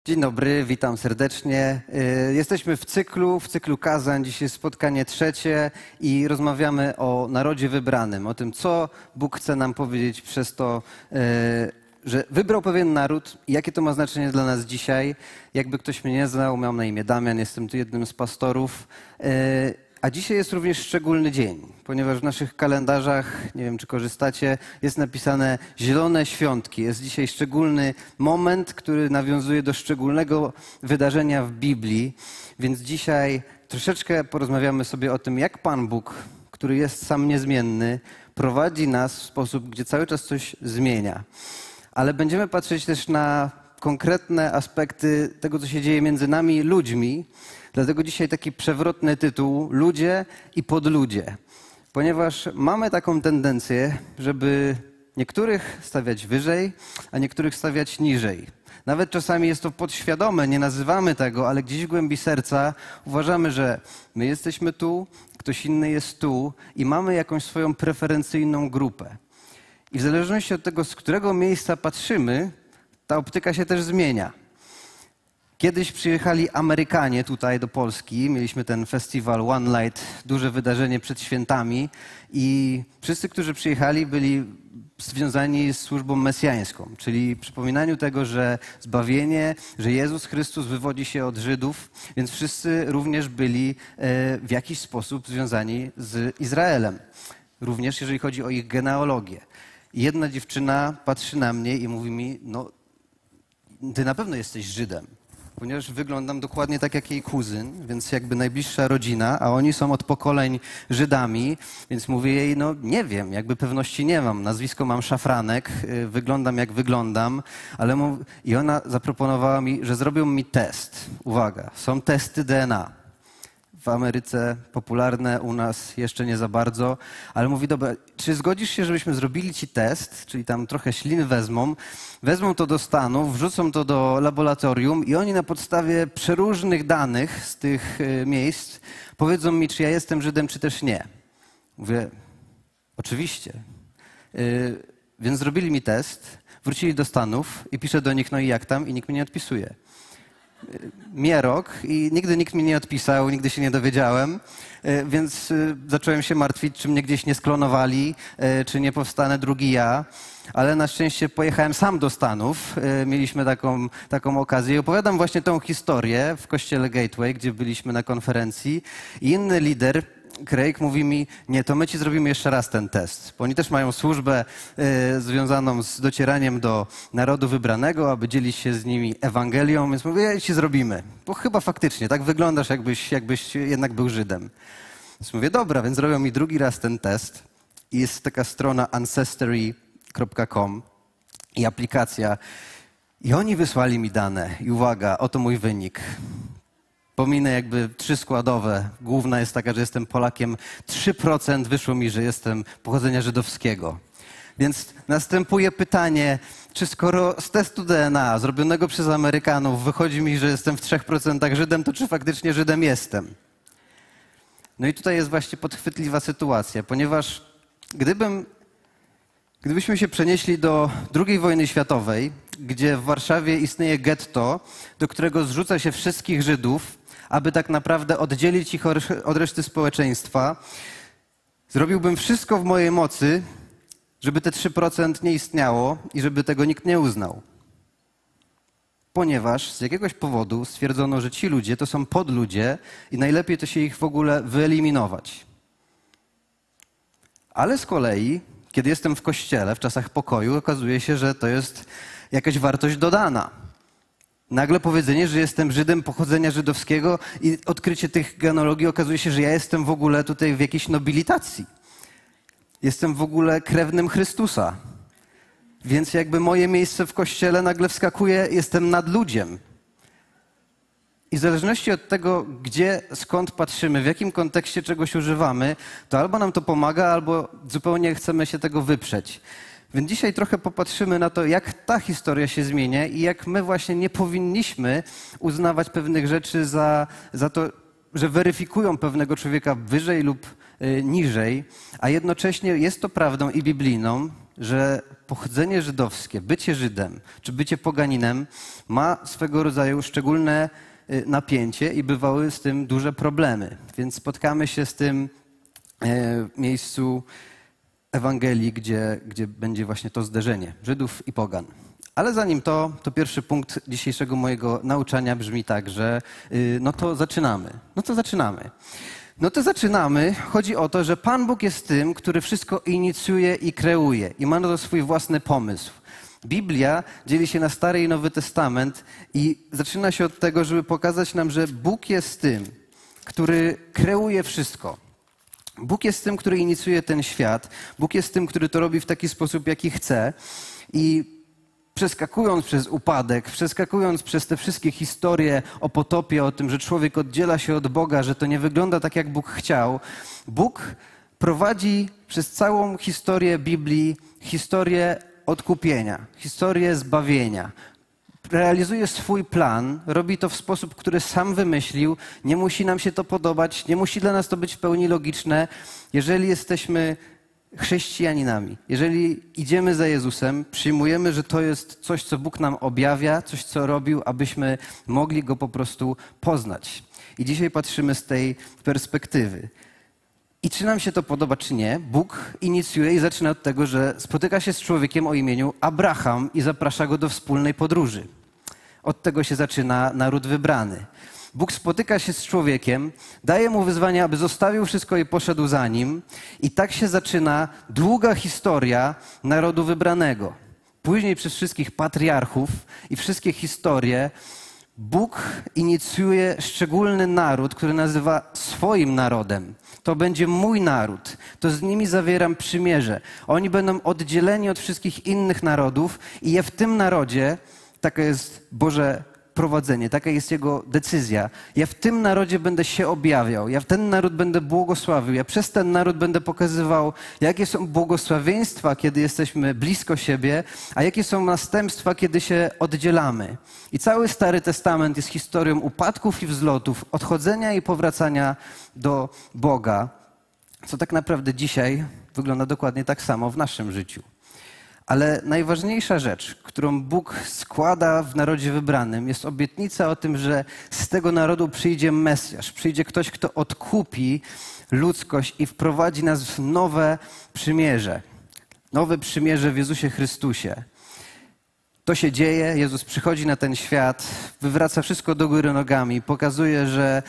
Dzień dobry, witam serdecznie. Jesteśmy w cyklu kazań. Dzisiaj jest spotkanie trzecie i rozmawiamy o narodzie wybranym, o tym, co Bóg chce nam powiedzieć przez to, że wybrał pewien naród i jakie to ma znaczenie dla nas dzisiaj. Jakby ktoś mnie nie znał, mam na imię Damian, jestem tu jednym z pastorów. A dzisiaj jest również szczególny dzień, ponieważ w naszych kalendarzach, nie wiem czy korzystacie, jest napisane Zielone Świątki. Jest dzisiaj szczególny moment, który nawiązuje do szczególnego wydarzenia w Biblii. Więc dzisiaj troszeczkę porozmawiamy sobie o tym, jak Pan Bóg, który jest sam niezmienny, prowadzi nas w sposób, gdzie cały czas coś zmienia. Ale będziemy patrzeć też na konkretne aspekty tego, co się dzieje między nami ludźmi. Dlatego dzisiaj taki przewrotny tytuł Ludzie i podludzie. Ponieważ mamy taką tendencję, żeby niektórych stawiać wyżej, a niektórych stawiać niżej. Nawet czasami jest to podświadome, nie nazywamy tego, ale gdzieś w głębi serca uważamy, że my jesteśmy tu, ktoś inny jest tu i mamy jakąś swoją preferencyjną grupę. I w zależności od tego, z którego miejsca patrzymy, ta optyka się też zmienia. Kiedyś przyjechali Amerykanie tutaj do Polski, mieliśmy ten festiwal One Light, duże wydarzenie przed świętami i wszyscy, którzy przyjechali, byli związani z służbą mesjańską, czyli przypominaniu tego, że zbawienie, że Jezus Chrystus wywodzi się od Żydów, więc wszyscy również byli w jakiś sposób związani z Izraelem, również jeżeli chodzi o ich genealogię. I jedna dziewczyna patrzy na mnie i mówi mi, no ty na pewno jesteś Żydem. Ponieważ wyglądam dokładnie tak jak jej kuzyn, więc jakby najbliższa rodzina, a oni są od pokoleń Żydami, więc mówię jej, no nie wiem, jakby pewności nie mam. Nazwisko mam Szafranek, wyglądam jak wyglądam, ale i ona zaproponowała mi, że zrobią mi test. Uwaga, są testy DNA. W Ameryce popularne, u nas jeszcze nie za bardzo, ale mówi, dobra, czy zgodzisz się, żebyśmy zrobili ci test, czyli tam trochę śliny wezmą to do Stanów, wrzucą to do laboratorium i oni na podstawie przeróżnych danych z tych miejsc powiedzą mi, czy ja jestem Żydem, czy też nie. Mówię, oczywiście. Więc zrobili mi test, wrócili do Stanów i piszę do nich, no i jak tam? I nikt mi nie odpisuje. Mija rok i nigdy nikt mi nie odpisał, nigdy się nie dowiedziałem, więc zacząłem się martwić, czy mnie gdzieś nie sklonowali, czy nie powstanę drugi ja. Ale na szczęście pojechałem sam do Stanów, mieliśmy taką okazję i opowiadam właśnie tą historię w kościele Gateway, gdzie byliśmy na konferencji i inny lider, Craig, mówi mi, nie, to my ci zrobimy jeszcze raz ten test, bo oni też mają służbę związaną z docieraniem do narodu wybranego, aby dzielić się z nimi Ewangelią, więc mówię, ja ci zrobimy, bo chyba faktycznie tak wyglądasz, jakbyś jednak był Żydem. Więc mówię, dobra, więc zrobią mi drugi raz ten test i jest taka strona ancestry.com i aplikacja i oni wysłali mi dane i uwaga, oto mój wynik. Pominę jakby 3 składowe. Główna jest taka, że jestem Polakiem. 3% wyszło mi, że jestem pochodzenia żydowskiego. Więc następuje pytanie, czy skoro z testu DNA zrobionego przez Amerykanów wychodzi mi, że jestem w 3% Żydem, to czy faktycznie Żydem jestem? No i tutaj jest właśnie podchwytliwa sytuacja, ponieważ gdybyśmy się przenieśli do II wojny światowej, gdzie w Warszawie istnieje getto, do którego zrzuca się wszystkich Żydów, aby tak naprawdę oddzielić ich od reszty społeczeństwa, zrobiłbym wszystko w mojej mocy, żeby te 3% nie istniało i żeby tego nikt nie uznał. Ponieważ z jakiegoś powodu stwierdzono, że ci ludzie to są podludzie i najlepiej to się ich w ogóle wyeliminować. Ale z kolei, kiedy jestem w kościele w czasach pokoju, okazuje się, że to jest jakaś wartość dodana. Nagle powiedzenie, że jestem Żydem pochodzenia żydowskiego i odkrycie tych genealogii okazuje się, że ja jestem w ogóle tutaj w jakiejś nobilitacji. Jestem w ogóle krewnym Chrystusa. Więc jakby moje miejsce w kościele nagle wskakuje, jestem nadludziem. I w zależności od tego, skąd patrzymy, w jakim kontekście czegoś używamy, to albo nam to pomaga, albo zupełnie chcemy się tego wyprzeć. Więc dzisiaj trochę popatrzymy na to, jak ta historia się zmienia i jak my właśnie nie powinniśmy uznawać pewnych rzeczy za to, że weryfikują pewnego człowieka wyżej lub niżej, a jednocześnie jest to prawdą i biblijną, że pochodzenie żydowskie, bycie Żydem czy bycie poganinem ma swego rodzaju szczególne napięcie i bywały z tym duże problemy. Więc spotkamy się z tym w miejscu Ewangelii, gdzie będzie właśnie to zderzenie Żydów i pogan. Ale zanim to pierwszy punkt dzisiejszego mojego nauczania brzmi tak, że no to zaczynamy. Chodzi o to, że Pan Bóg jest tym, który wszystko inicjuje i kreuje i ma na to swój własny pomysł. Biblia dzieli się na Stary i Nowy Testament i zaczyna się od tego, żeby pokazać nam, że Bóg jest tym, który kreuje wszystko. Bóg jest tym, który inicjuje ten świat. Bóg jest tym, który to robi w taki sposób, jaki chce. I przeskakując przez upadek, przeskakując przez te wszystkie historie o potopie, o tym, że człowiek oddziela się od Boga, że to nie wygląda tak, jak Bóg chciał, Bóg prowadzi przez całą historię Biblii historię odkupienia, historię zbawienia. Realizuje swój plan, robi to w sposób, który sam wymyślił. Nie musi nam się to podobać, nie musi dla nas to być w pełni logiczne. Jeżeli jesteśmy chrześcijaninami, jeżeli idziemy za Jezusem, przyjmujemy, że to jest coś, co Bóg nam objawia, coś, co robił, abyśmy mogli Go po prostu poznać. I dzisiaj patrzymy z tej perspektywy. I czy nam się to podoba, czy nie, Bóg inicjuje i zaczyna od tego, że spotyka się z człowiekiem o imieniu Abraham i zaprasza go do wspólnej podróży. Od tego się zaczyna naród wybrany. Bóg spotyka się z człowiekiem, daje mu wyzwanie, aby zostawił wszystko i poszedł za nim. I tak się zaczyna długa historia narodu wybranego. Później przez wszystkich patriarchów i wszystkie historie Bóg inicjuje szczególny naród, który nazywa swoim narodem. To będzie mój naród. To z nimi zawieram przymierze. Oni będą oddzieleni od wszystkich innych narodów i ja w tym narodzie, taka jest Boże prowadzenie, taka jest Jego decyzja. Ja w tym narodzie będę się objawiał, ja w ten naród będę błogosławił, ja przez ten naród będę pokazywał, jakie są błogosławieństwa, kiedy jesteśmy blisko siebie, a jakie są następstwa, kiedy się oddzielamy. I cały Stary Testament jest historią upadków i wzlotów, odchodzenia i powracania do Boga, co tak naprawdę dzisiaj wygląda dokładnie tak samo w naszym życiu. Ale najważniejsza rzecz, którą Bóg składa w narodzie wybranym, jest obietnica o tym, że z tego narodu przyjdzie Mesjasz, przyjdzie ktoś, kto odkupi ludzkość i wprowadzi nas w nowe przymierze. Nowe przymierze w Jezusie Chrystusie. To się dzieje, Jezus przychodzi na ten świat, wywraca wszystko do góry nogami, pokazuje, że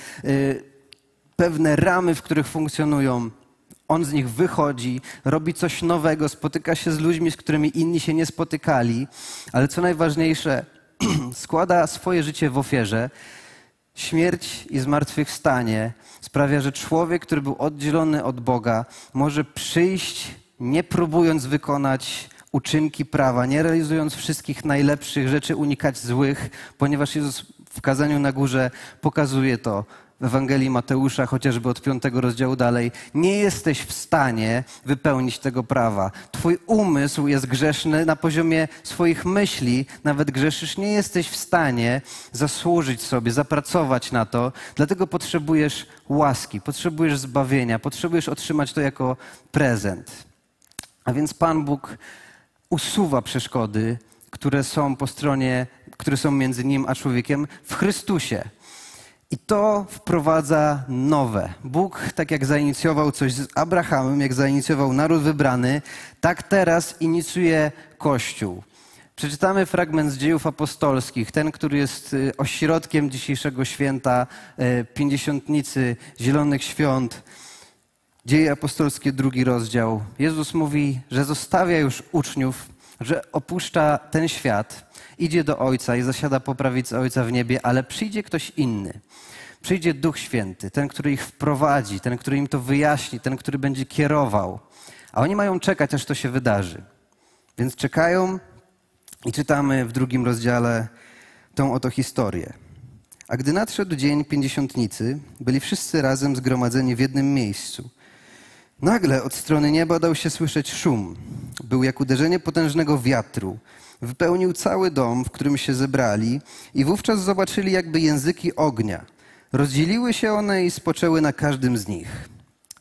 pewne ramy, w których funkcjonują, On z nich wychodzi, robi coś nowego, spotyka się z ludźmi, z którymi inni się nie spotykali, ale co najważniejsze, składa swoje życie w ofierze. Śmierć i zmartwychwstanie sprawia, że człowiek, który był oddzielony od Boga, może przyjść, nie próbując wykonać uczynki prawa, nie realizując wszystkich najlepszych rzeczy, unikać złych, ponieważ Jezus w kazaniu na górze pokazuje to. W Ewangelii Mateusza, chociażby od 5 rozdziału dalej, nie jesteś w stanie wypełnić tego prawa. Twój umysł jest grzeszny na poziomie swoich myśli, nawet grzeszysz, nie jesteś w stanie zasłużyć sobie, zapracować na to, dlatego potrzebujesz łaski, potrzebujesz zbawienia, potrzebujesz otrzymać to jako prezent. A więc Pan Bóg usuwa przeszkody, które są po stronie, które są między Nim a człowiekiem w Chrystusie. I to wprowadza nowe. Bóg, tak jak zainicjował coś z Abrahamem, jak zainicjował naród wybrany, tak teraz inicjuje Kościół. Przeczytamy fragment z Dziejów Apostolskich, ten, który jest ośrodkiem dzisiejszego święta Pięćdziesiątnicy, Zielonych Świąt. Dzieje Apostolskie, 2 rozdział. Jezus mówi, że zostawia już uczniów, że opuszcza ten świat, idzie do Ojca i zasiada po prawicy Ojca w niebie, ale przyjdzie ktoś inny. Przyjdzie Duch Święty, ten, który ich wprowadzi, ten, który im to wyjaśni, ten, który będzie kierował. A oni mają czekać, aż to się wydarzy. Więc czekają i czytamy w 2 rozdziale tą oto historię. A gdy nadszedł dzień Pięćdziesiątnicy, byli wszyscy razem zgromadzeni w jednym miejscu. Nagle od strony nieba dał się słyszeć szum. Był jak uderzenie potężnego wiatru. Wypełnił cały dom, w którym się zebrali i wówczas zobaczyli jakby języki ognia. Rozdzieliły się one i spoczęły na każdym z nich.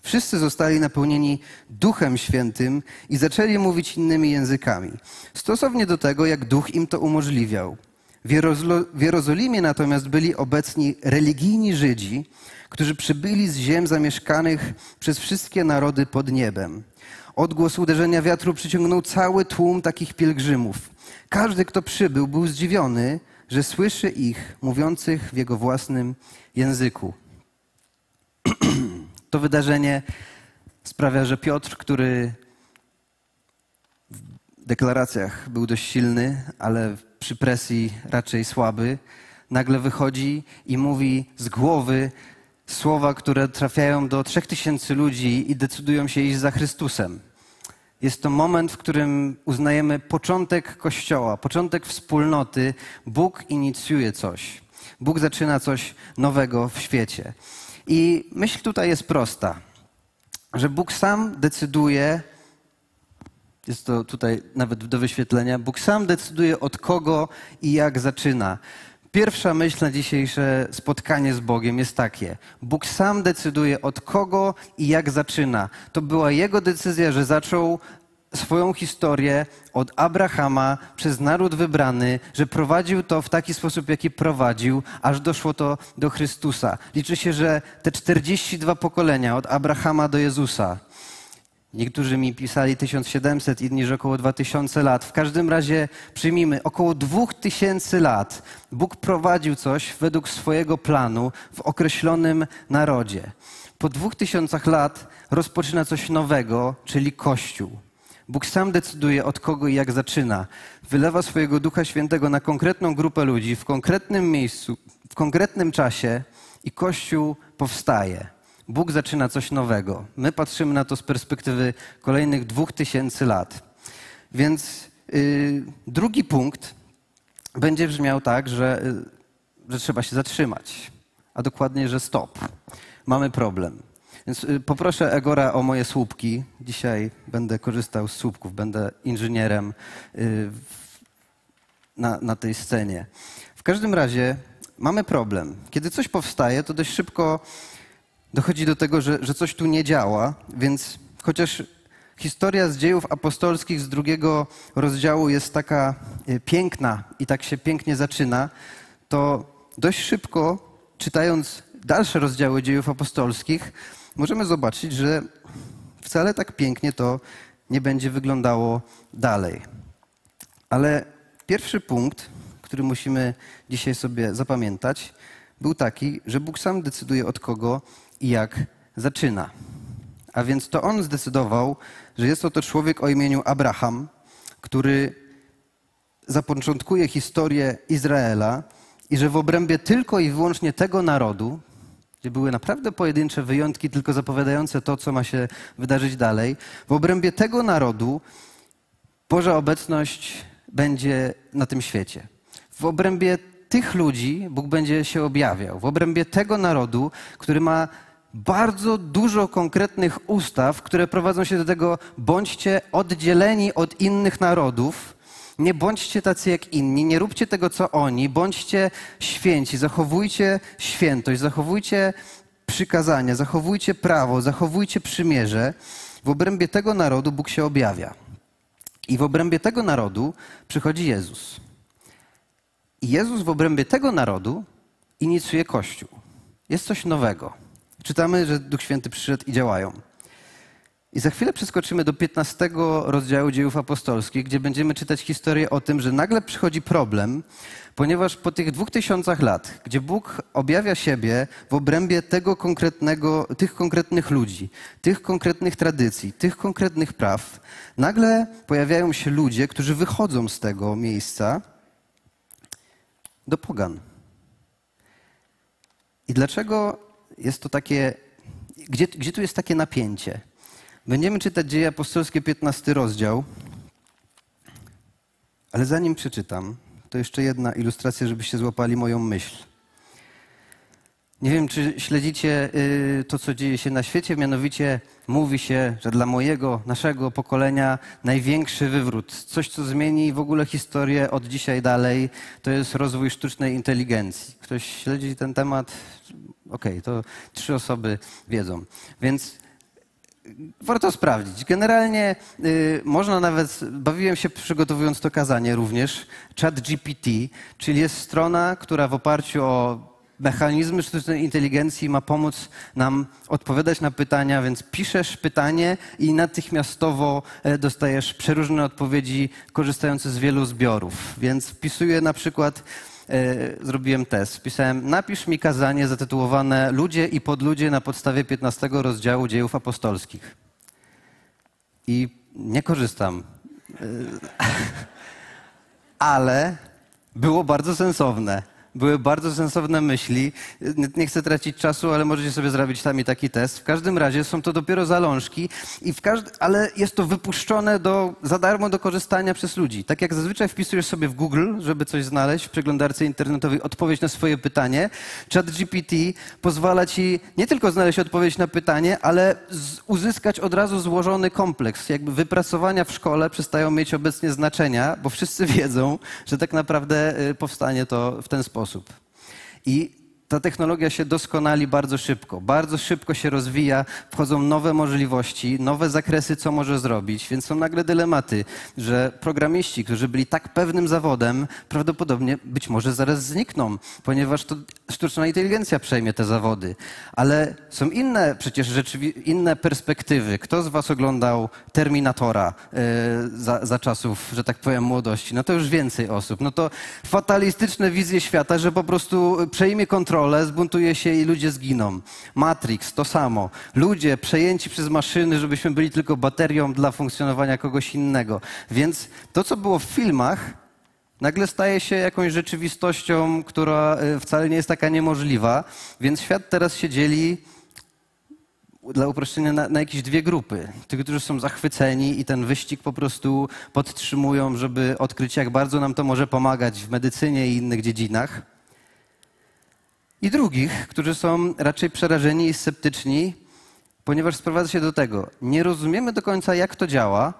Wszyscy zostali napełnieni Duchem Świętym i zaczęli mówić innymi językami, stosownie do tego, jak Duch im to umożliwiał. W Jerozolimie natomiast byli obecni religijni Żydzi, którzy przybyli z ziem zamieszkanych przez wszystkie narody pod niebem. Odgłos uderzenia wiatru przyciągnął cały tłum takich pielgrzymów. Każdy, kto przybył, był zdziwiony, że słyszy ich mówiących w jego własnym języku. To wydarzenie sprawia, że Piotr, który w deklaracjach był dość silny, ale przy presji raczej słaby, nagle wychodzi i mówi z głowy słowa, które trafiają do 3000 ludzi i decydują się iść za Chrystusem. Jest to moment, w którym uznajemy początek Kościoła, początek wspólnoty. Bóg inicjuje coś. Bóg zaczyna coś nowego w świecie. I myśl tutaj jest prosta, że Bóg sam decyduje, jest to tutaj nawet do wyświetlenia, Bóg sam decyduje od kogo i jak zaczyna. Pierwsza myśl na dzisiejsze spotkanie z Bogiem jest takie. Bóg sam decyduje od kogo i jak zaczyna. To była Jego decyzja, że zaczął swoją historię od Abrahama przez naród wybrany, że prowadził to w taki sposób, jaki prowadził, aż doszło to do Chrystusa. Liczy się, że te 42 pokolenia od Abrahama do Jezusa. Niektórzy mi pisali 1700, inni, że około 2000 lat. W każdym razie przyjmijmy, około 2000 lat Bóg prowadził coś według swojego planu w określonym narodzie. Po 2000 lat rozpoczyna coś nowego, czyli Kościół. Bóg sam decyduje, od kogo i jak zaczyna. Wylewa swojego Ducha Świętego na konkretną grupę ludzi, w konkretnym miejscu, w konkretnym czasie i Kościół powstaje. Bóg zaczyna coś nowego. My patrzymy na to z perspektywy kolejnych 2000 lat. Więc drugi punkt będzie brzmiał tak, że trzeba się zatrzymać, a dokładnie, że stop. Mamy problem. Więc poproszę Egora o moje słupki. Dzisiaj będę korzystał z słupków, będę inżynierem na tej scenie. W każdym razie mamy problem. Kiedy coś powstaje, to dość szybko dochodzi do tego, że coś tu nie działa, więc chociaż historia z Dziejów Apostolskich z 2 rozdziału jest taka piękna i tak się pięknie zaczyna, to dość szybko, czytając dalsze rozdziały Dziejów Apostolskich, możemy zobaczyć, że wcale tak pięknie to nie będzie wyglądało dalej. Ale pierwszy punkt, który musimy dzisiaj sobie zapamiętać, był taki, że Bóg sam decyduje, od kogo i jak zaczyna. A więc to On zdecydował, że jest to człowiek o imieniu Abraham, który zapoczątkuje historię Izraela i że w obrębie tylko i wyłącznie tego narodu, gdzie były naprawdę pojedyncze wyjątki, tylko zapowiadające to, co ma się wydarzyć dalej, w obrębie tego narodu Boża obecność będzie na tym świecie. W obrębie tych ludzi Bóg będzie się objawiał. W obrębie tego narodu, który ma bardzo dużo konkretnych ustaw, które prowadzą się do tego: bądźcie oddzieleni od innych narodów, nie bądźcie tacy jak inni, nie róbcie tego, co oni, bądźcie święci, zachowujcie świętość, zachowujcie przykazania, zachowujcie prawo, zachowujcie przymierze. W obrębie tego narodu Bóg się objawia. I w obrębie tego narodu przychodzi Jezus. I Jezus w obrębie tego narodu inicjuje Kościół. Jest coś nowego. Czytamy, że Duch Święty przyszedł i działają. I za chwilę przeskoczymy do 15 rozdziału Dziejów Apostolskich, gdzie będziemy czytać historię o tym, że nagle przychodzi problem, ponieważ po tych 2000 lat, gdzie Bóg objawia siebie w obrębie tych konkretnych ludzi, tych konkretnych tradycji, tych konkretnych praw, nagle pojawiają się ludzie, którzy wychodzą z tego miejsca do pogan. I dlaczego jest to takie, gdzie tu jest takie napięcie? Będziemy czytać Dzieje Apostolskie, 15 rozdział, ale zanim przeczytam, to jeszcze jedna ilustracja, żebyście złapali moją myśl. Nie wiem, czy śledzicie to, co dzieje się na świecie, mianowicie mówi się, że dla naszego pokolenia największy wywrót, coś, co zmieni w ogóle historię od dzisiaj dalej, to jest rozwój sztucznej inteligencji. Ktoś śledzi ten temat? Okej, to 3 osoby wiedzą. Więc Warto sprawdzić. Generalnie można nawet, bawiłem się przygotowując to kazanie również, ChatGPT, czyli jest strona, która w oparciu o mechanizmy sztucznej inteligencji ma pomóc nam odpowiadać na pytania, więc piszesz pytanie i natychmiastowo dostajesz przeróżne odpowiedzi korzystające z wielu zbiorów. Więc wpisuję na przykład, zrobiłem test, wpisałem napisz mi kazanie zatytułowane Ludzie i podludzie na podstawie 15 rozdziału Dziejów Apostolskich. I nie korzystam. Ale było bardzo sensowne. Były bardzo sensowne myśli. Nie chcę tracić czasu, ale możecie sobie zrobić sami taki test. W każdym razie są to dopiero zalążki, ale jest to wypuszczone za darmo do korzystania przez ludzi. Tak jak zazwyczaj wpisujesz sobie w Google, żeby coś znaleźć w przeglądarce internetowej, odpowiedź na swoje pytanie, ChatGPT pozwala ci nie tylko znaleźć odpowiedź na pytanie, ale uzyskać od razu złożony kompleks. Jakby wypracowania w szkole przestają mieć obecnie znaczenia, bo wszyscy wiedzą, że tak naprawdę powstanie to w ten sposób. I ta technologia się doskonali bardzo szybko się rozwija, wchodzą nowe możliwości, nowe zakresy, co może zrobić, więc są nagle dylematy, że programiści, którzy byli tak pewnym zawodem, prawdopodobnie być może zaraz znikną, ponieważ to sztuczna inteligencja przejmie te zawody. Ale są inne przecież inne perspektywy. Kto z was oglądał Terminatora za czasów, że tak powiem, młodości? No to już więcej osób. No to fatalistyczne wizje świata, że po prostu przejmie kontrolę, zbuntuje się i ludzie zginą. Matrix, to samo. Ludzie przejęci przez maszyny, żebyśmy byli tylko baterią dla funkcjonowania kogoś innego. Więc to, co było w filmach, nagle staje się jakąś rzeczywistością, która wcale nie jest taka niemożliwa. Więc świat teraz się dzieli, dla uproszczenia, na jakieś dwie grupy. Tych, którzy są zachwyceni i ten wyścig po prostu podtrzymują, żeby odkryć, jak bardzo nam to może pomagać w medycynie i innych dziedzinach. I drugich, którzy są raczej przerażeni i sceptyczni, ponieważ sprowadza się do tego, nie rozumiemy do końca, jak to działa,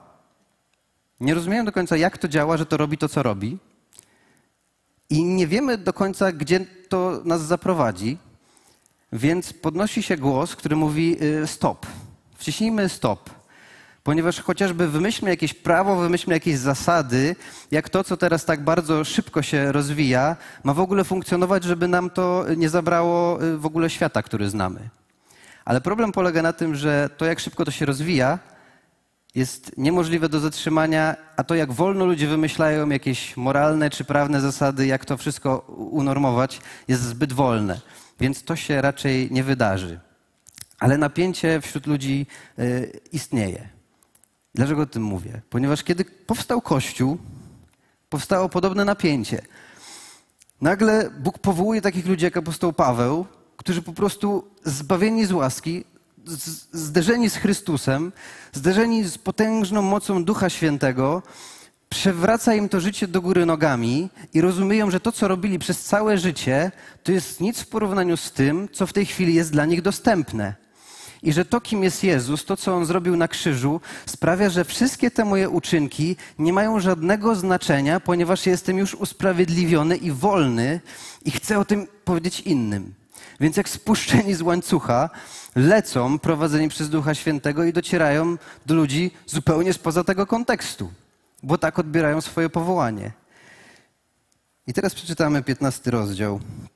że to robi to, co robi i nie wiemy do końca, gdzie to nas zaprowadzi, więc podnosi się głos, który mówi stop, wciśnijmy stop. Ponieważ chociażby wymyślmy jakieś prawo, wymyślmy jakieś zasady, jak to, co teraz tak bardzo szybko się rozwija, ma w ogóle funkcjonować, żeby nam to nie zabrało w ogóle świata, który znamy. Ale problem polega na tym, że to, jak szybko to się rozwija, jest niemożliwe do zatrzymania, a to, jak wolno ludzie wymyślają jakieś moralne czy prawne zasady, jak to wszystko unormować, jest zbyt wolne. Więc to się raczej nie wydarzy. Ale napięcie wśród ludzi istnieje. Dlaczego o tym mówię? Ponieważ kiedy powstał Kościół, powstało podobne napięcie. Nagle Bóg powołuje takich ludzi jak apostoł Paweł, którzy po prostu zbawieni z łaski, zderzeni z Chrystusem, zderzeni z potężną mocą Ducha Świętego, przewraca im to życie do góry nogami i rozumieją, że to, co robili przez całe życie, to jest nic w porównaniu z tym, co w tej chwili jest dla nich dostępne. I że to, kim jest Jezus, to, co On zrobił na krzyżu, sprawia, że wszystkie te moje uczynki nie mają żadnego znaczenia, ponieważ jestem już usprawiedliwiony i wolny i chcę o tym powiedzieć innym. Więc jak spuszczeni z łańcucha, lecą prowadzeni przez Ducha Świętego i docierają do ludzi zupełnie spoza tego kontekstu, bo tak odbierają swoje powołanie. I teraz przeczytamy 15 rozdział.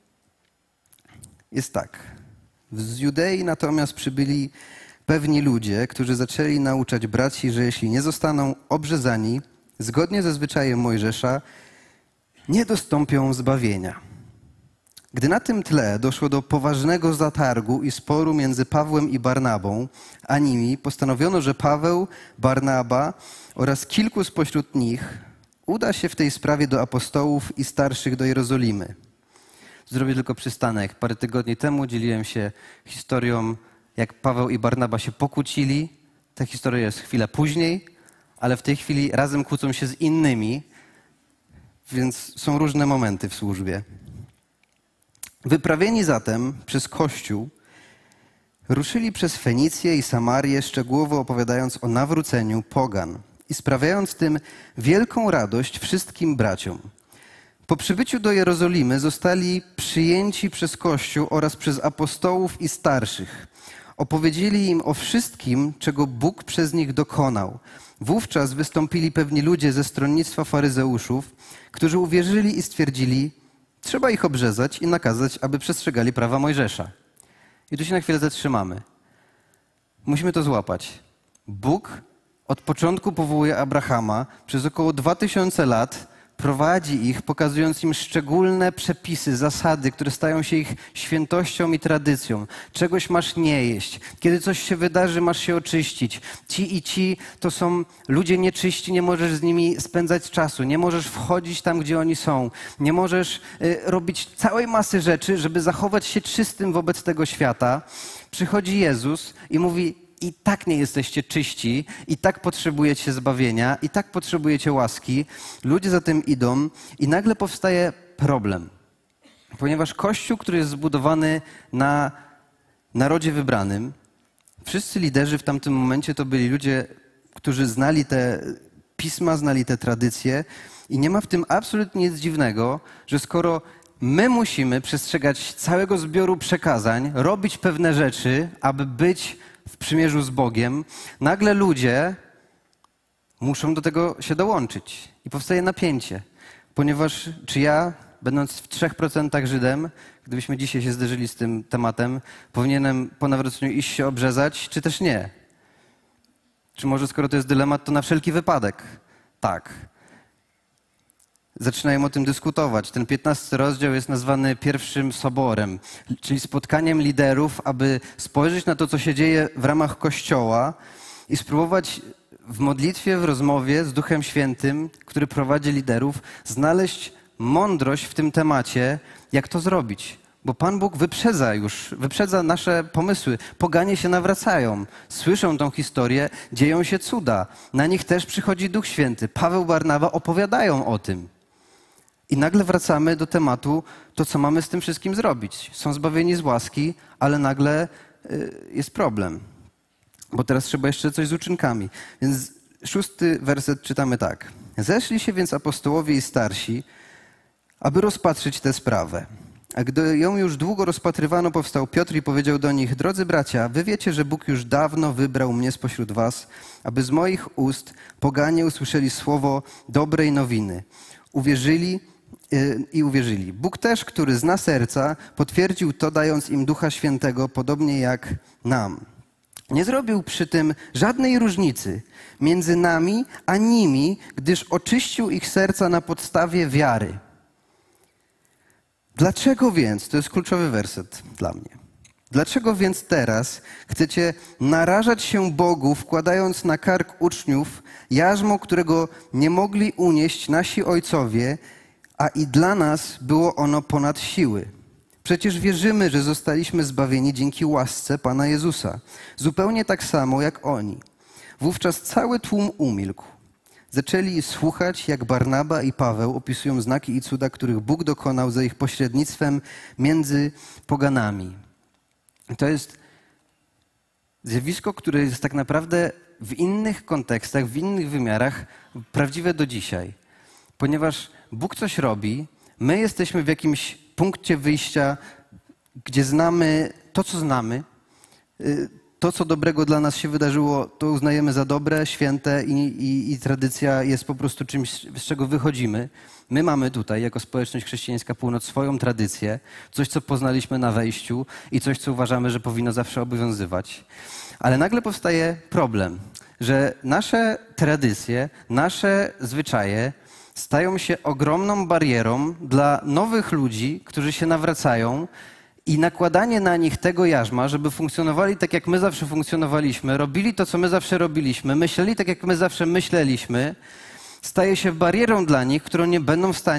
Jest tak. Z Judei natomiast przybyli pewni ludzie, którzy zaczęli nauczać braci, że jeśli nie zostaną obrzezani, zgodnie ze zwyczajem Mojżesza, nie dostąpią zbawienia. Gdy na tym tle doszło do poważnego zatargu i sporu między Pawłem i Barnabą, a nimi, postanowiono, że Paweł, Barnaba oraz kilku spośród nich uda się w tej sprawie do apostołów i starszych do Jerozolimy. Zrobię tylko przystanek. Parę tygodni temu dzieliłem się historią, jak Paweł i Barnaba się pokłócili. Ta historia jest chwilę później, ale w tej chwili razem kłócą się z innymi, więc są różne momenty w służbie. Wyprawieni zatem przez Kościół, ruszyli przez Fenicję i Samarię, szczegółowo opowiadając o nawróceniu pogan i sprawiając tym wielką radość wszystkim braciom. Po przybyciu do Jerozolimy zostali przyjęci przez Kościół oraz przez apostołów i starszych. Opowiedzieli im o wszystkim, czego Bóg przez nich dokonał. Wówczas wystąpili pewni ludzie ze stronnictwa faryzeuszów, którzy uwierzyli i stwierdzili, trzeba ich obrzezać i nakazać, aby przestrzegali prawa Mojżesza. I tu się na chwilę zatrzymamy. Musimy to złapać. Bóg od początku powołuje Abrahama, przez około 2000 lat prowadzi ich, pokazując im szczególne przepisy, zasady, które stają się ich świętością i tradycją. Czegoś masz nie jeść. Kiedy coś się wydarzy, masz się oczyścić. Ci i ci to są ludzie nieczyści, nie możesz z nimi spędzać czasu. Nie możesz wchodzić tam, gdzie oni są. Nie możesz robić całej masy rzeczy, żeby zachować się czystym wobec tego świata. Przychodzi Jezus i mówi, i tak nie jesteście czyści, i tak potrzebujecie zbawienia, i tak potrzebujecie łaski. Ludzie za tym idą i nagle powstaje problem. Ponieważ Kościół, który jest zbudowany na narodzie wybranym, wszyscy liderzy w tamtym momencie to byli ludzie, którzy znali te pisma, znali te tradycje i nie ma w tym absolutnie nic dziwnego, że skoro my musimy przestrzegać całego zbioru przekazań, robić pewne rzeczy, aby być w przymierzu z Bogiem, nagle ludzie muszą do tego się dołączyć. I powstaje napięcie. Ponieważ czy ja, będąc w 3% Żydem, gdybyśmy dzisiaj się zderzyli z tym tematem, powinienem po nawróceniu iść się obrzezać, czy też nie? Czy może skoro to jest dylemat, to na wszelki wypadek? Tak. Zaczynają o tym dyskutować. Ten 15 rozdział jest nazwany pierwszym soborem, czyli spotkaniem liderów, aby spojrzeć na to, co się dzieje w ramach Kościoła i spróbować w modlitwie, w rozmowie z Duchem Świętym, który prowadzi liderów, znaleźć mądrość w tym temacie, jak to zrobić. Bo Pan Bóg wyprzedza nasze pomysły. Poganie się nawracają, słyszą tą historię, dzieją się cuda. Na nich też przychodzi Duch Święty. Paweł, Barnaba opowiadają o tym. I nagle wracamy do tematu, to co mamy z tym wszystkim zrobić. Są zbawieni z łaski, ale nagle jest problem. Bo teraz trzeba jeszcze coś z uczynkami. Więc 6 werset czytamy tak. Zeszli się więc apostołowie i starsi, aby rozpatrzyć tę sprawę. A gdy ją już długo rozpatrywano, powstał Piotr i powiedział do nich, drodzy bracia, wy wiecie, że Bóg już dawno wybrał mnie spośród was, aby z moich ust poganie usłyszeli słowo dobrej nowiny. Uwierzyli. Bóg też, który zna serca, potwierdził to, dając im Ducha Świętego, podobnie jak nam. Nie zrobił przy tym żadnej różnicy między nami a nimi, gdyż oczyścił ich serca na podstawie wiary. Dlaczego więc, to jest kluczowy werset dla mnie, dlaczego więc teraz chcecie narażać się Bogu, wkładając na kark uczniów jarzmo, którego nie mogli unieść nasi ojcowie, a i dla nas było ono ponad siły. Przecież wierzymy, że zostaliśmy zbawieni dzięki łasce Pana Jezusa, zupełnie tak samo jak oni. Wówczas cały tłum umilkł. Zaczęli słuchać, jak Barnaba i Paweł opisują znaki i cuda, których Bóg dokonał za ich pośrednictwem między poganami. To jest zjawisko, które jest tak naprawdę w innych kontekstach, w innych wymiarach prawdziwe do dzisiaj. Ponieważ Bóg coś robi, my jesteśmy w jakimś punkcie wyjścia, gdzie znamy to, co znamy, to, co dobrego dla nas się wydarzyło, to uznajemy za dobre, święte i tradycja jest po prostu czymś, z czego wychodzimy. My mamy tutaj, jako społeczność chrześcijańska Północ, swoją tradycję, coś, co poznaliśmy na wejściu i coś, co uważamy, że powinno zawsze obowiązywać. Ale nagle powstaje problem, że nasze tradycje, nasze zwyczaje stają się ogromną barierą dla nowych ludzi, którzy się nawracają i nakładanie na nich tego jarzma, żeby funkcjonowali tak, jak my zawsze funkcjonowaliśmy, robili to, co my zawsze robiliśmy, myśleli tak, jak my zawsze myśleliśmy, staje się barierą dla nich, której nie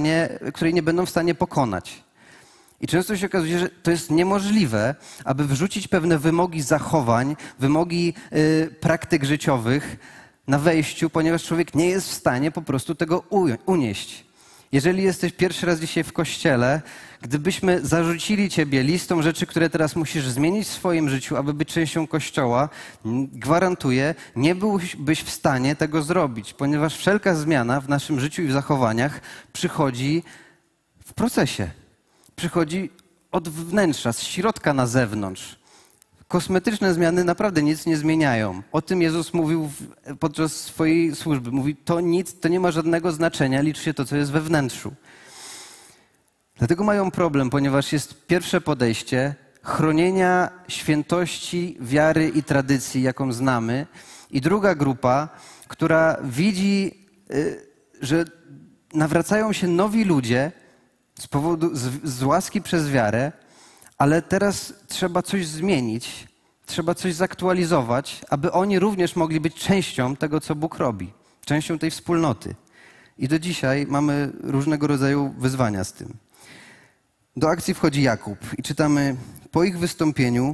będą w stanie pokonać. I często się okazuje, że to jest niemożliwe, aby wrzucić pewne wymogi zachowań, wymogi praktyk życiowych na wejściu, ponieważ człowiek nie jest w stanie po prostu tego unieść. Jeżeli jesteś pierwszy raz dzisiaj w kościele, gdybyśmy zarzucili ciebie listą rzeczy, które teraz musisz zmienić w swoim życiu, aby być częścią Kościoła, gwarantuję, nie byłbyś w stanie tego zrobić, ponieważ wszelka zmiana w naszym życiu i w zachowaniach przychodzi w procesie. Przychodzi od wnętrza, z środka na zewnątrz. Kosmetyczne zmiany naprawdę nic nie zmieniają. O tym Jezus mówił podczas swojej służby. Mówi, to nie ma żadnego znaczenia, liczy się to, co jest we wnętrzu. Dlatego mają problem, ponieważ jest pierwsze podejście chronienia świętości, wiary i tradycji, jaką znamy, i druga grupa, która widzi, że nawracają się nowi ludzie z łaski przez wiarę, ale teraz trzeba coś zmienić, trzeba coś zaktualizować, aby oni również mogli być częścią tego, co Bóg robi, częścią tej wspólnoty. I do dzisiaj mamy różnego rodzaju wyzwania z tym. Do akcji wchodzi Jakub i czytamy, po ich wystąpieniu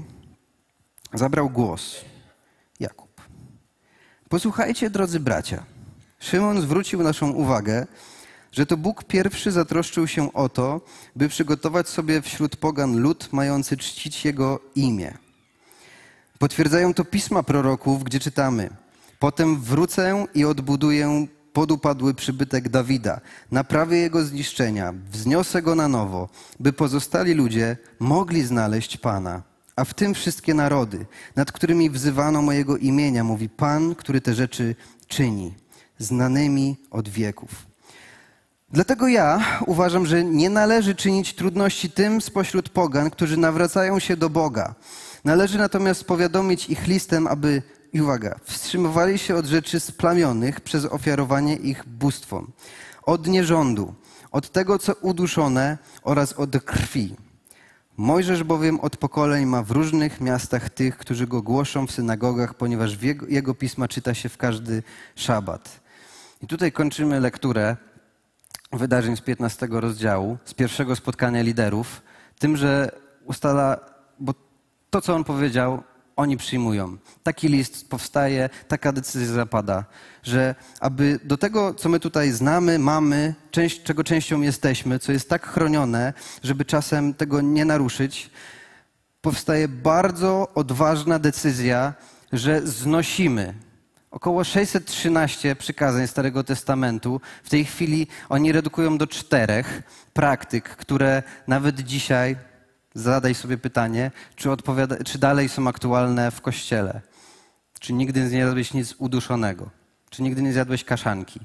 zabrał głos Jakub. Posłuchajcie, drodzy bracia. Szymon zwrócił naszą uwagę, że to Bóg pierwszy zatroszczył się o to, by przygotować sobie wśród pogan lud mający czcić Jego imię. Potwierdzają to pisma proroków, gdzie czytamy: potem wrócę i odbuduję podupadły przybytek Dawida, naprawię jego zniszczenia, wzniosę go na nowo, by pozostali ludzie mogli znaleźć Pana. A w tym wszystkie narody, nad którymi wzywano mojego imienia, mówi Pan, który te rzeczy czyni, znanymi od wieków. Dlatego ja uważam, że nie należy czynić trudności tym spośród pogan, którzy nawracają się do Boga. Należy natomiast powiadomić ich listem, aby, i uwaga, wstrzymywali się od rzeczy splamionych przez ofiarowanie ich bóstwom, od nierządu, od tego, co uduszone oraz od krwi. Mojżesz bowiem od pokoleń ma w różnych miastach tych, którzy go głoszą w synagogach, ponieważ jego pisma czyta się w każdy szabat. I tutaj kończymy lekturę wydarzeń z 15 rozdziału, z pierwszego spotkania liderów, tym, że ustala, bo to, co on powiedział, oni przyjmują. Taki list powstaje, taka decyzja zapada, że aby do tego, co my tutaj znamy, mamy, czego częścią jesteśmy, co jest tak chronione, żeby czasem tego nie naruszyć, powstaje bardzo odważna decyzja, że znosimy około 613 przykazań Starego Testamentu. W tej chwili oni redukują do 4 praktyk, które nawet dzisiaj, zadaj sobie pytanie, czy dalej są aktualne w Kościele. Czy nigdy nie jadłeś nic uduszonego? Czy nigdy nie zjadłeś kaszanki?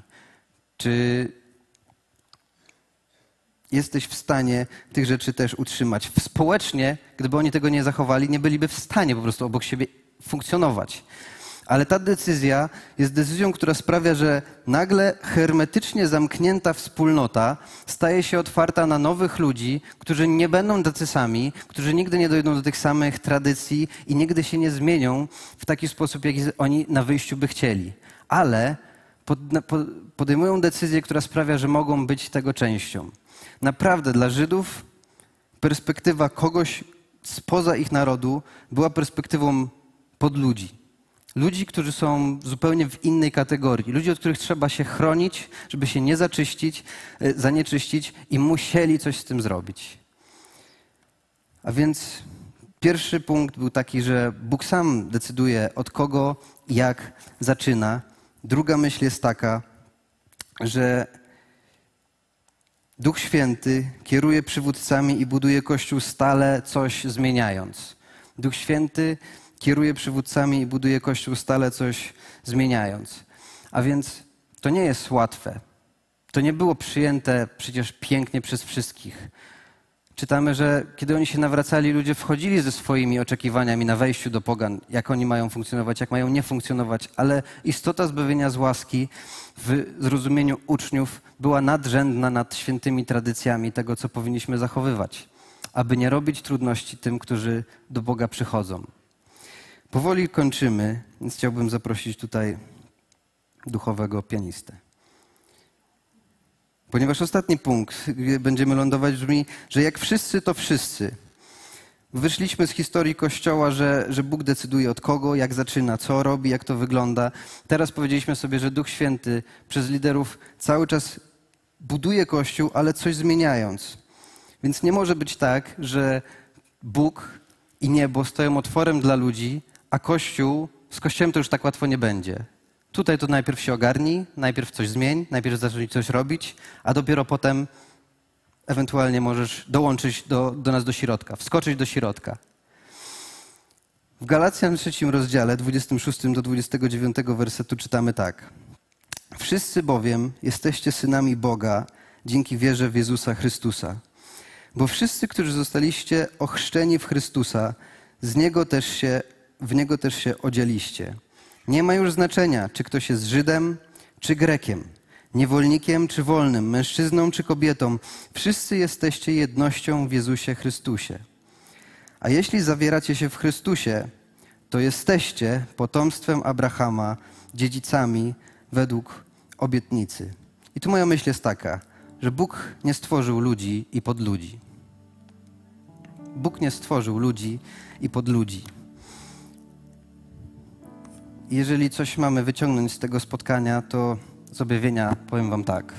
Czy jesteś w stanie tych rzeczy też utrzymać? Społecznie, gdyby oni tego nie zachowali, nie byliby w stanie po prostu obok siebie funkcjonować. Ale ta decyzja jest decyzją, która sprawia, że nagle hermetycznie zamknięta wspólnota staje się otwarta na nowych ludzi, którzy nie będą tacy sami, którzy nigdy nie dojdą do tych samych tradycji i nigdy się nie zmienią w taki sposób, jaki oni na wyjściu by chcieli. Ale podejmują decyzję, która sprawia, że mogą być tego częścią. Naprawdę dla Żydów perspektywa kogoś spoza ich narodu była perspektywą podludzi. Ludzi, którzy są zupełnie w innej kategorii. Ludzi, od których trzeba się chronić, żeby się nie zanieczyścić i musieli coś z tym zrobić. A więc pierwszy punkt był taki, że Bóg sam decyduje, od kogo i jak zaczyna. Druga myśl jest taka, że Duch Święty kieruje przywódcami i buduje Kościół stale coś zmieniając. Duch Święty kieruje przywódcami i buduje Kościół stale coś zmieniając. A więc to nie jest łatwe. To nie było przyjęte przecież pięknie przez wszystkich. Czytamy, że kiedy oni się nawracali, ludzie wchodzili ze swoimi oczekiwaniami na wejściu do pogan, jak oni mają funkcjonować, jak mają nie funkcjonować, ale istota zbawienia z łaski w zrozumieniu uczniów była nadrzędna nad świętymi tradycjami tego, co powinniśmy zachowywać, aby nie robić trudności tym, którzy do Boga przychodzą. Powoli kończymy, więc chciałbym zaprosić tutaj duchowego pianistę. Ponieważ ostatni punkt, gdzie będziemy lądować, brzmi, że jak wszyscy, to wszyscy. Wyszliśmy z historii Kościoła, że Bóg decyduje od kogo, jak zaczyna, co robi, jak to wygląda. Teraz powiedzieliśmy sobie, że Duch Święty przez liderów cały czas buduje Kościół, ale coś zmieniając. Więc nie może być tak, że Bóg i niebo stoją otworem dla ludzi, a Kościół, z Kościołem to już tak łatwo nie będzie. Tutaj to najpierw się ogarnij, najpierw coś zmień, najpierw zacznij coś robić, a dopiero potem ewentualnie możesz dołączyć do nas do środka, wskoczyć do środka. W Galacjan 3 rozdziale, 26 do 29 wersetu czytamy tak. Wszyscy bowiem jesteście synami Boga dzięki wierze w Jezusa Chrystusa. Bo wszyscy, którzy zostaliście ochrzczeni w Chrystusa, w Niego też się odzieliście. Nie ma już znaczenia, czy ktoś jest Żydem, czy Grekiem, niewolnikiem, czy wolnym, mężczyzną, czy kobietą. Wszyscy jesteście jednością w Jezusie Chrystusie. A jeśli zawieracie się w Chrystusie, to jesteście potomstwem Abrahama, dziedzicami według obietnicy. I tu moja myśl jest taka, że Bóg nie stworzył ludzi i podludzi. Bóg nie stworzył ludzi i podludzi. Jeżeli coś mamy wyciągnąć z tego spotkania, to z objawienia powiem wam tak.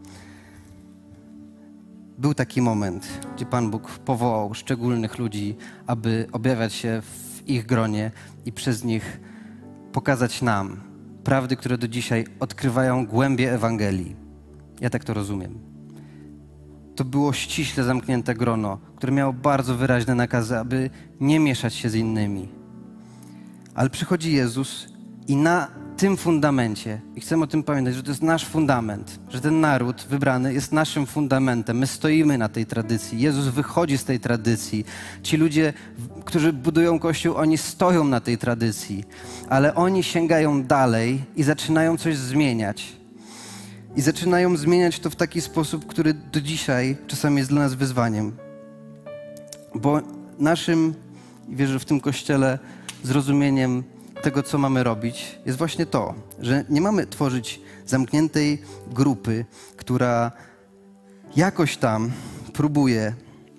Był taki moment, gdzie Pan Bóg powołał szczególnych ludzi, aby objawiać się w ich gronie i przez nich pokazać nam prawdy, które do dzisiaj odkrywają głębie Ewangelii. Ja tak to rozumiem. To było ściśle zamknięte grono, które miało bardzo wyraźne nakazy, aby nie mieszać się z innymi. Ale przychodzi Jezus i na tym fundamencie, i chcemy o tym pamiętać, że to jest nasz fundament, że ten naród wybrany jest naszym fundamentem. My stoimy na tej tradycji. Jezus wychodzi z tej tradycji. Ci ludzie, którzy budują Kościół, oni stoją na tej tradycji, ale oni sięgają dalej i zaczynają coś zmieniać. I zaczynają zmieniać to w taki sposób, który do dzisiaj czasami jest dla nas wyzwaniem. Bo naszym, wierzę w tym Kościele, zrozumieniem tego, co mamy robić, jest właśnie to, że nie mamy tworzyć zamkniętej grupy, która jakoś tam próbuje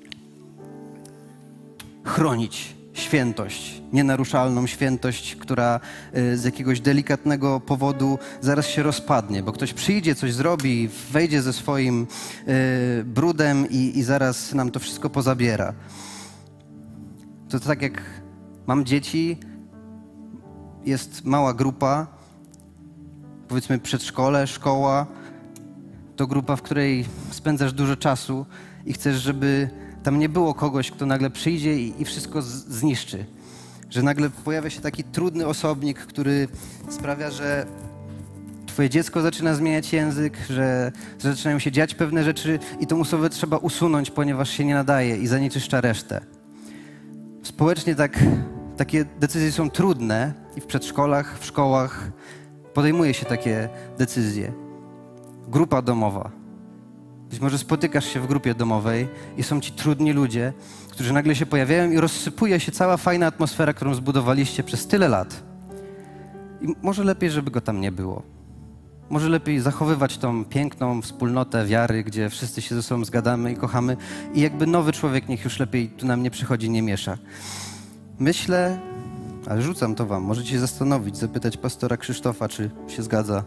chronić świętość, nienaruszalną świętość, która z jakiegoś delikatnego powodu zaraz się rozpadnie, bo ktoś przyjdzie, coś zrobi, wejdzie ze swoim brudem i zaraz nam to wszystko pozabiera. To tak jak mam dzieci, jest mała grupa, powiedzmy przedszkole, szkoła, to grupa, w której spędzasz dużo czasu i chcesz, żeby tam nie było kogoś, kto nagle przyjdzie i wszystko zniszczy. Że nagle pojawia się taki trudny osobnik, który sprawia, że twoje dziecko zaczyna zmieniać język, że zaczynają się dziać pewne rzeczy i tą osobę trzeba usunąć, ponieważ się nie nadaje i zanieczyszcza resztę. Społecznie takie decyzje są trudne i w przedszkolach, w szkołach podejmuje się takie decyzje. Grupa domowa. Być może spotykasz się w grupie domowej i są ci trudni ludzie, którzy nagle się pojawiają i rozsypuje się cała fajna atmosfera, którą zbudowaliście przez tyle lat. I może lepiej, żeby go tam nie było. Może lepiej zachowywać tą piękną wspólnotę wiary, gdzie wszyscy się ze sobą zgadamy i kochamy i jakby nowy człowiek niech już lepiej tu nam nie przychodzi, nie miesza. Myślę, ale rzucam to wam, możecie się zastanowić, zapytać pastora Krzysztofa, czy się zgadza,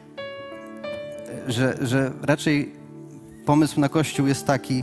że raczej pomysł na Kościół jest taki,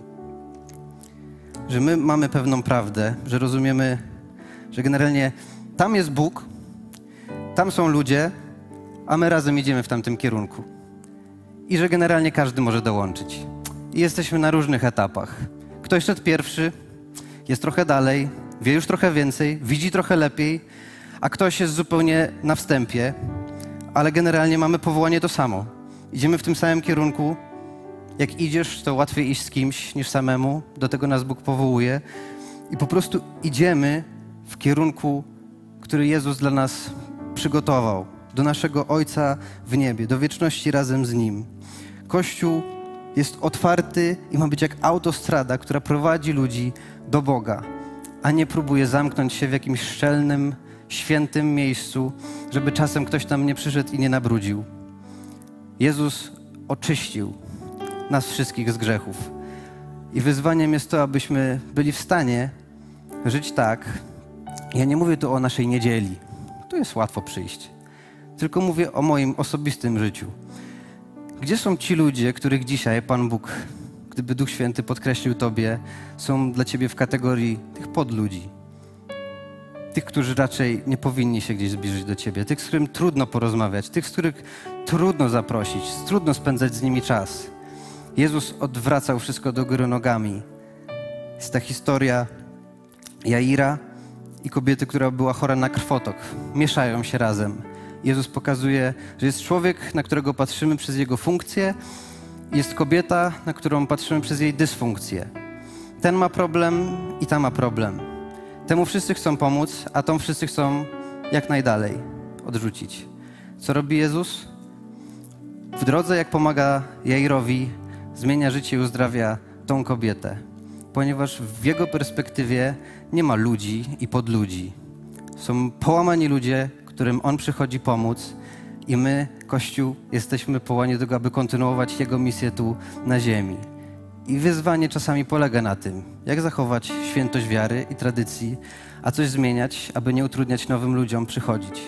że my mamy pewną prawdę, że rozumiemy, że generalnie tam jest Bóg, tam są ludzie, a my razem idziemy w tamtym kierunku. I że generalnie każdy może dołączyć. I jesteśmy na różnych etapach. Ktoś szedł pierwszy, jest trochę dalej, wie już trochę więcej, widzi trochę lepiej, a ktoś jest zupełnie na wstępie, ale generalnie mamy powołanie to samo. Idziemy w tym samym kierunku. Jak idziesz, to łatwiej iść z kimś niż samemu. Do tego nas Bóg powołuje. I po prostu idziemy w kierunku, który Jezus dla nas przygotował. Do naszego Ojca w niebie, do wieczności razem z Nim. Kościół jest otwarty i ma być jak autostrada, która prowadzi ludzi do Boga, a nie próbuje zamknąć się w jakimś szczelnym, świętym miejscu, żeby czasem ktoś tam nie przyszedł i nie nabrudził. Jezus oczyścił nas wszystkich z grzechów. I wyzwaniem jest to, abyśmy byli w stanie żyć tak. Ja nie mówię tu o naszej niedzieli. Tu jest łatwo przyjść. Tylko mówię o moim osobistym życiu. Gdzie są ci ludzie, których dzisiaj Pan Bóg, gdyby Duch Święty podkreślił Tobie, są dla Ciebie w kategorii tych podludzi? Tych, którzy raczej nie powinni się gdzieś zbliżyć do Ciebie. Tych, z którym trudno porozmawiać. Tych, z których trudno zaprosić. Trudno spędzać z nimi czas. Jezus odwracał wszystko do góry nogami. Jest ta historia Jaira, i kobiety, która była chora na krwotok. Mieszają się razem. Jezus pokazuje, że jest człowiek, na którego patrzymy przez jego funkcję, jest kobieta, na którą patrzymy przez jej dysfunkcję. Ten ma problem i ta ma problem. Temu wszyscy chcą pomóc, a tą wszyscy chcą jak najdalej odrzucić. Co robi Jezus? W drodze, jak pomaga Jairowi, zmienia życie i uzdrawia tą kobietę. Ponieważ w jego perspektywie nie ma ludzi i podludzi. Są połamani ludzie, którym on przychodzi pomóc i my, Kościół, jesteśmy powołani do tego, aby kontynuować jego misję tu na ziemi. I wyzwanie czasami polega na tym, jak zachować świętość wiary i tradycji, a coś zmieniać, aby nie utrudniać nowym ludziom przychodzić.